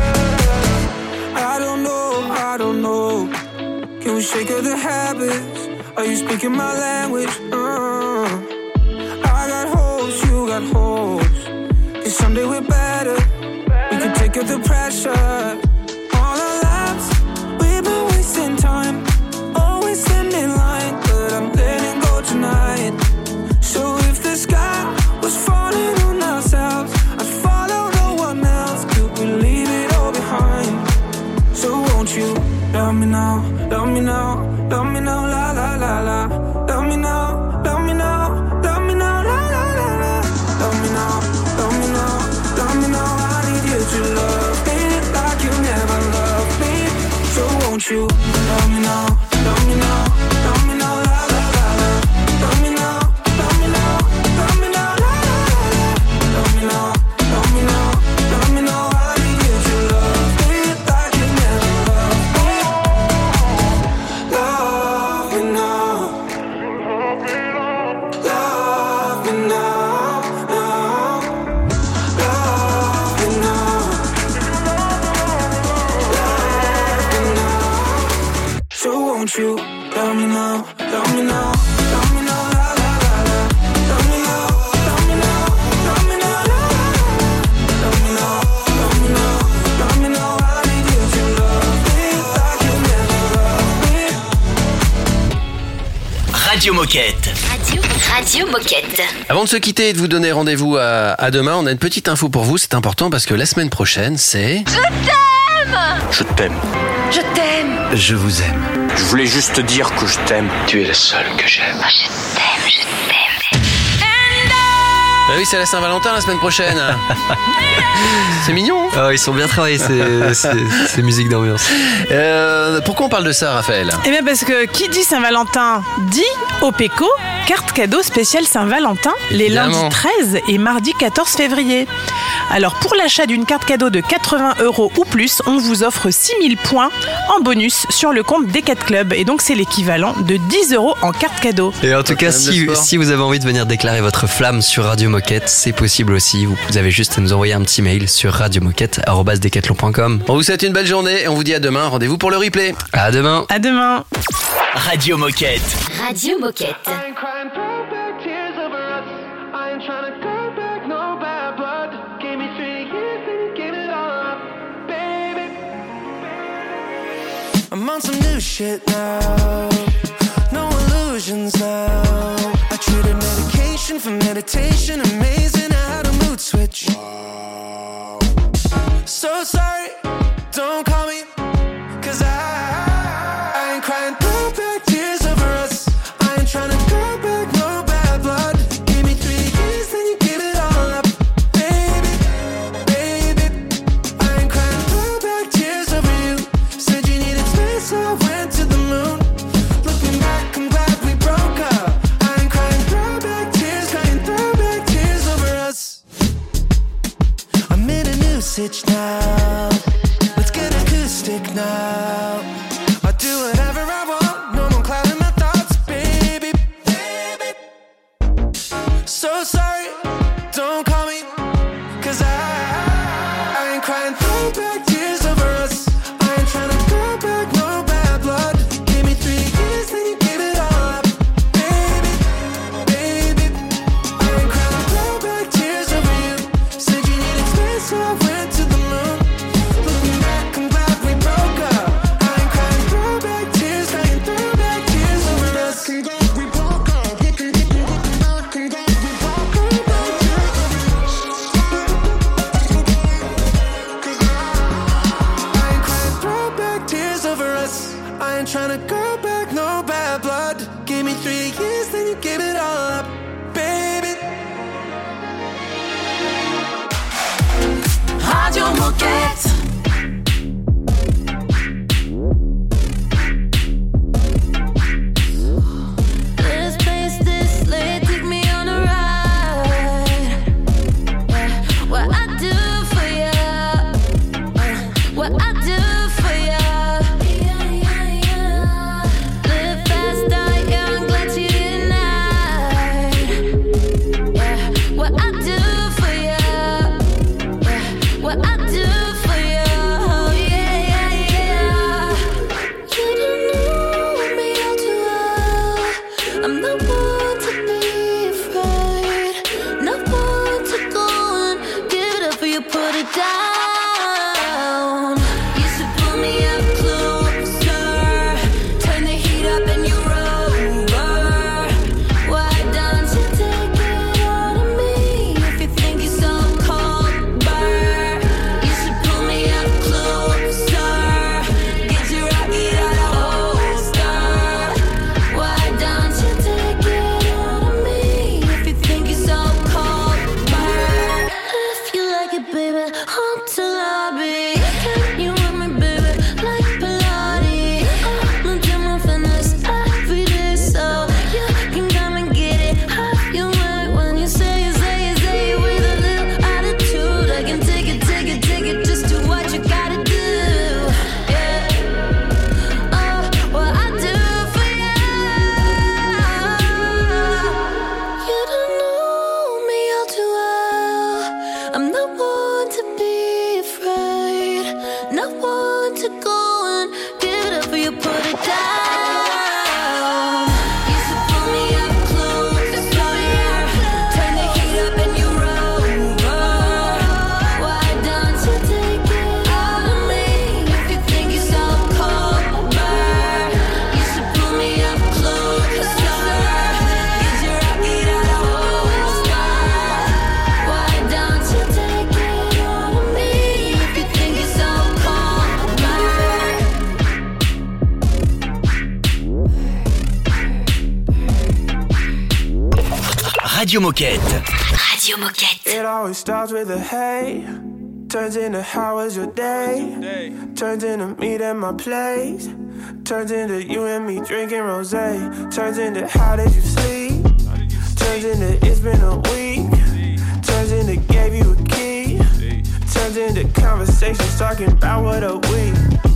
I don't know, I don't know. Can we shake of the habits? Are you speaking my language? Uh, I got hopes, you got hopes. Cause someday we're better. We can take up the pressure. All our lives, we've been wasting time, always standing in line, but I'm letting go tonight. So if the sky was falling on ourselves, I'd follow no one else. Could we leave it all behind? So won't you love me now, love me now, love me now, la la la la. Love me now, love me now, love me now, la la la la. Love me now, love me now, love me now. I need you to love me like you never loved me. So won't you love me now, love me now, love me now, la la la la. Love me now, love me now, love me now, la la la la. Love me now, love me now, love me now. I need you to love me like you never loved me. Love me now, love me now, now. Love me now, love me now. So won't you love me now, love me now, love me now, la la la la. Love me now, love me now, love me now, la la la la. Love me now, love me now, love me now. I need you to love me like you never loved me. Radio Moquette. Radio, Radio Moquette. Avant de se quitter et de vous donner rendez-vous à, à demain, on a une petite info pour vous, c'est important parce que la semaine prochaine, c'est... Je t'aime. Je t'aime. Je t'aime. Je vous aime. Je voulais juste te dire que je t'aime. Tu es la seule que j'aime. Oh, je t'aime, je t'aime. Ah oui, c'est la Saint-Valentin la semaine prochaine. C'est mignon. Oh, ils sont bien travaillés ces, ces, ces musiques d'ambiance. Euh, pourquoi on parle de ça, Raphaël ? Eh bien parce que qui dit Saint-Valentin dit Opeco, carte cadeau spéciale Saint-Valentin, les Évidemment. lundis treize et mardi quatorze février. Alors pour l'achat d'une carte cadeau de quatre-vingts euros ou plus, on vous offre six mille points en bonus sur le compte Decat Club. Et donc c'est l'équivalent de dix euros en carte cadeau. Et en tout cas, si, si vous avez envie de venir déclarer votre flamme sur Radio Moquette, c'est possible aussi. Vous, vous avez juste à nous envoyer un petit mail sur radiomoquette arobase decathlon point com. On vous souhaite une belle journée et on vous dit à demain. Rendez-vous pour le replay. À demain. À demain. Radio Moquette. Radio Moquette. I ain't crying perfect tears over us. I ain't trying to go back, no bad blood. Gave me three years and you gave it all up, baby. I'm on some new shit now. No illusions now. I traded medication for meditation. Amazing how to mood switch. So sorry, don't call me. Cause I, I ain't crying throwback tears over us. I ain't trying to go back, no bad blood. Give me three years, then you give it all up, baby, baby. I ain't crying throwback tears over you. Said you needed space, so I went to the moon. Looking back, I'm glad we broke up. I ain't crying throwback tears, crying throwback tears three years, then you gave it all up, baby. Radio Moquette. This place, this late, take me on a ride. Yeah. What I do for you, uh, what I do for you. Yeah, yeah, yeah. Live fast, die young, glad you tonight. Yeah. What I do for you, yeah. What I do for you. Oh, yeah, yeah, yeah. You don't know me all too well. I'm not one to be afraid, not one to go and give it up for you, put it down. You should pull me up closer, turn the heat up and you over. Why don't you take it out of me if you think you're so cold, burn? You should pull me up closer, get your rocket out of holster. Why don't you take it out of me if you think you're so cold, burn? If you like it, baby, home to lobby. Can you want me, baby, like Pilates? I'm a demo finesse every day, so you can come and get it. Have you right when you say it, say it, say it with a little attitude. I can take it, take it, take it, just do what you gotta do. Yeah. Oh, what I do for you. You don't know me all too well. I'm not one to be afraid, not one to go and give it up for you, put it down. You should pull me up closer, turn the heat up and you over. Why don't you take it out of me if you think you're so cold, burn? You should pull me up closer, get your rocket out of holster. Why don't you take it out of me if you think you're so cold, burn? Radio Moquette. Radio Moquette. It always starts with a hey, turns into how was your day, turns into meet at my place, turns into you and me drinking rosé, turns into how did you sleep, turns into it's been a week, turns into gave you a key, turns into conversations talking about what a week.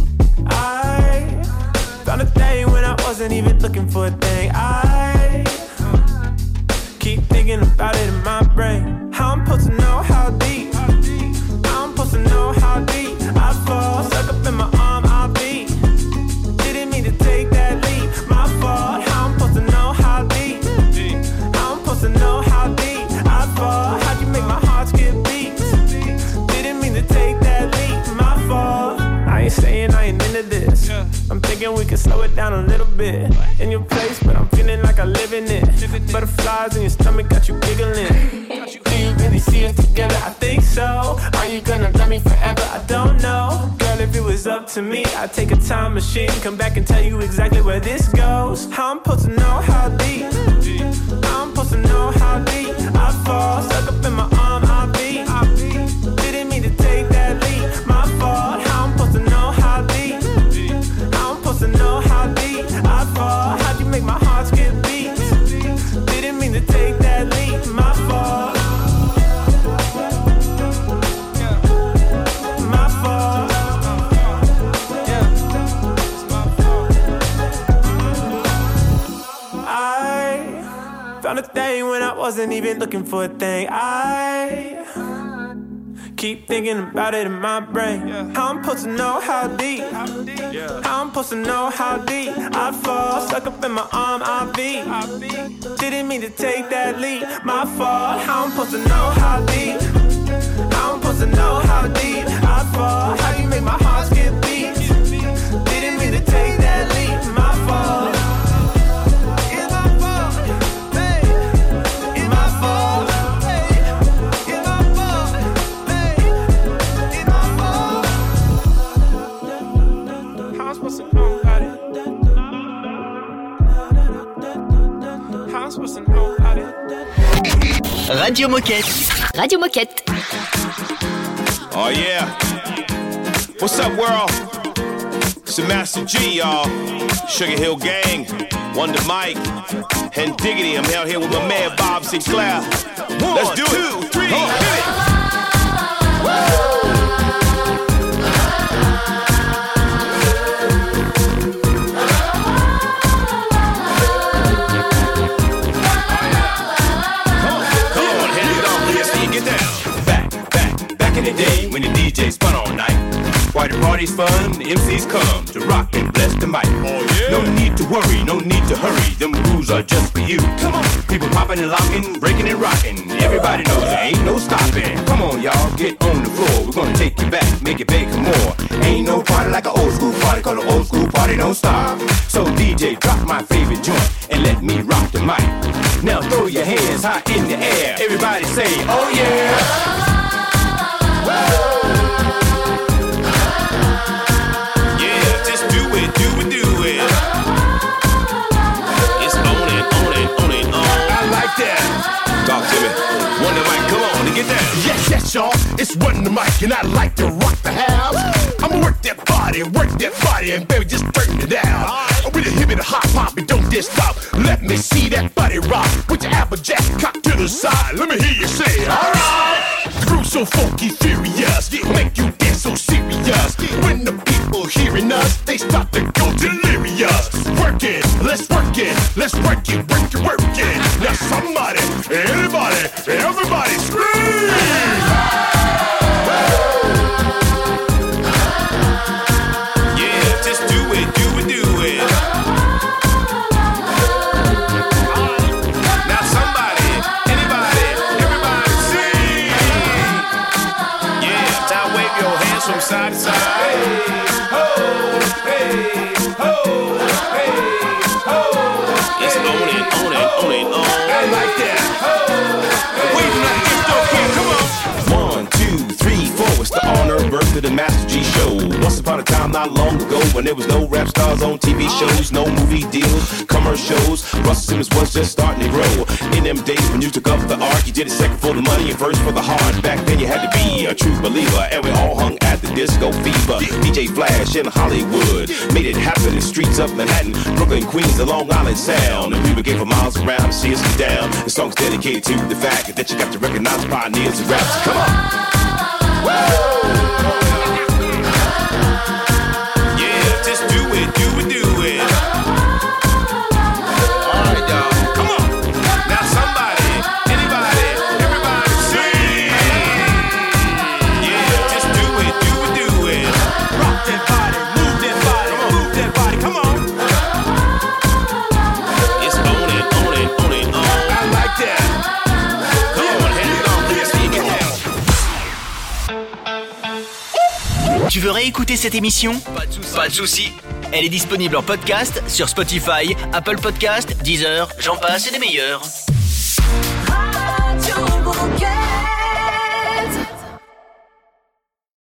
I found a thing when I wasn't even looking for a thing. I keep thinking about it in my brain. How I'm supposed to know how deep, how I'm supposed to know how deep I fall, stuck up in my arm, I'll be. Didn't mean to take that leap, my fault. How I'm supposed to know how deep, how I'm supposed to know how deep I fall. How'd you make my heart skip beats? Didn't mean to take that leap, my fault. I ain't saying I ain't into this, I'm thinking we can slow it down a little bit. In your place, but I'm feeling like I live in it. Butterflies in your stomach got you giggling. Do you really see us together? I think so. Are you gonna love me forever? I don't know. Girl, if it was up to me, I'd take a time machine, come back and tell you exactly where this goes. How I'm supposed to know how deep, how I'm supposed to know how deep I fall, stuck up in my arm, I'll be. Didn't mean to take that leap, my fault. How I'm supposed to know how deep, how I'm supposed to know how deep I fall. How'd you make my heart skip beats? Didn't mean to take that leap, my fault. My fault. I found a thing when I wasn't even looking for a thing. I keep thinking about it in my brain. How I'm supposed to know how deep, how I'm supposed to know how deep I fall, stuck up in my arm, I'll be. Didn't mean to take that leap, my fault. How I'm supposed to know how deep, how I'm supposed to know how deep I fall. How you make my heart skip beats? Didn't mean to take that leap, my fault. It's my fault, hey. It's my fault, hey. It's my fault, hey. It's my fault. How I'm supposed to know about it? Radio Moquette. Radio Moquette. Oh yeah. What's up, world? It's the Master G, y'all. Sugar Hill Gang, Wonder Mike, and Diggity. I'm out here with my man Bob Sinclair. One, Let's do two, it. Three, oh, hit it. In the day when the D J spun all night, why the party's fun, the M Cs come to rock and bless the mic. Oh, yeah. No need to worry, no need to hurry, them rules are just for you. Come on, people popping and locking, breaking and rocking. Everybody knows there ain't no stopping. Come on, y'all, get on the floor. We're gonna take you back, make it big for more. Ain't no party like an old school party, cause an old school party don't stop. So D J, drop my favorite joint and let me rock the mic. Now throw your hands high in the air. Everybody say, oh yeah. Yeah, just do it, do it, do it. It's on it, on it, on it, on. I like that. Talk to me. Wonder Mike, come on and get down. Yes, yes, y'all. It's Wonder Mike, and I like to rock the house. I'ma work that body, work that body, and baby, just turn it down. With a hip and a hop hop, and don't just stop. Let me see that body rock. With your applejack cocked to the side. Let me hear you say, alright. The groove so funky, furious, make you dance so serious. When the people hearing us, they start to go delirious. Work it, let's work it, let's work it, work it, work it. Now somebody, anybody, everybody scream! Yeah, just do it, do it, do it. Now somebody, anybody, everybody sing! Yeah, now wave your hands from side to side. Hey, ho, hey, ho, hey, ho. It's on it, on it, on it, on. I like that. Wave like this, don't care, come on. One, two, three, four. It's the honor birth of the Master G Show. Once upon a time, not long ago, when there was no rap stars on T V shows, no movie deals, commercials. Russell Simmons was just starting to grow. In them days when you took up the art, you did it second for the money and first for the heart. Back then you had to be a true believer, and we all hung at the Disco Fever. D J Flash in Hollywood made it happen in the streets of Manhattan, Brooklyn, Queens, the Long Island Sound. And we would get for miles around to see us down. The song's dedicated to the fact that you got to recognize pioneers and raps. Come on. Yeah, just do it, do it, do it. Alright, y'all, come on. Now somebody, anybody, everybody sing. Yeah, just do it, do it, do it. Rock that body, move that body, move that body, come on. It's on it, on it, on it, on. I like that. Come on, hand it on, let's see, get down. Tu veux réécouter cette émission ? Pas de soucis. Elle est disponible en podcast sur Spotify, Apple Podcast, Deezer, j'en passe et des meilleurs. Radio Moquette.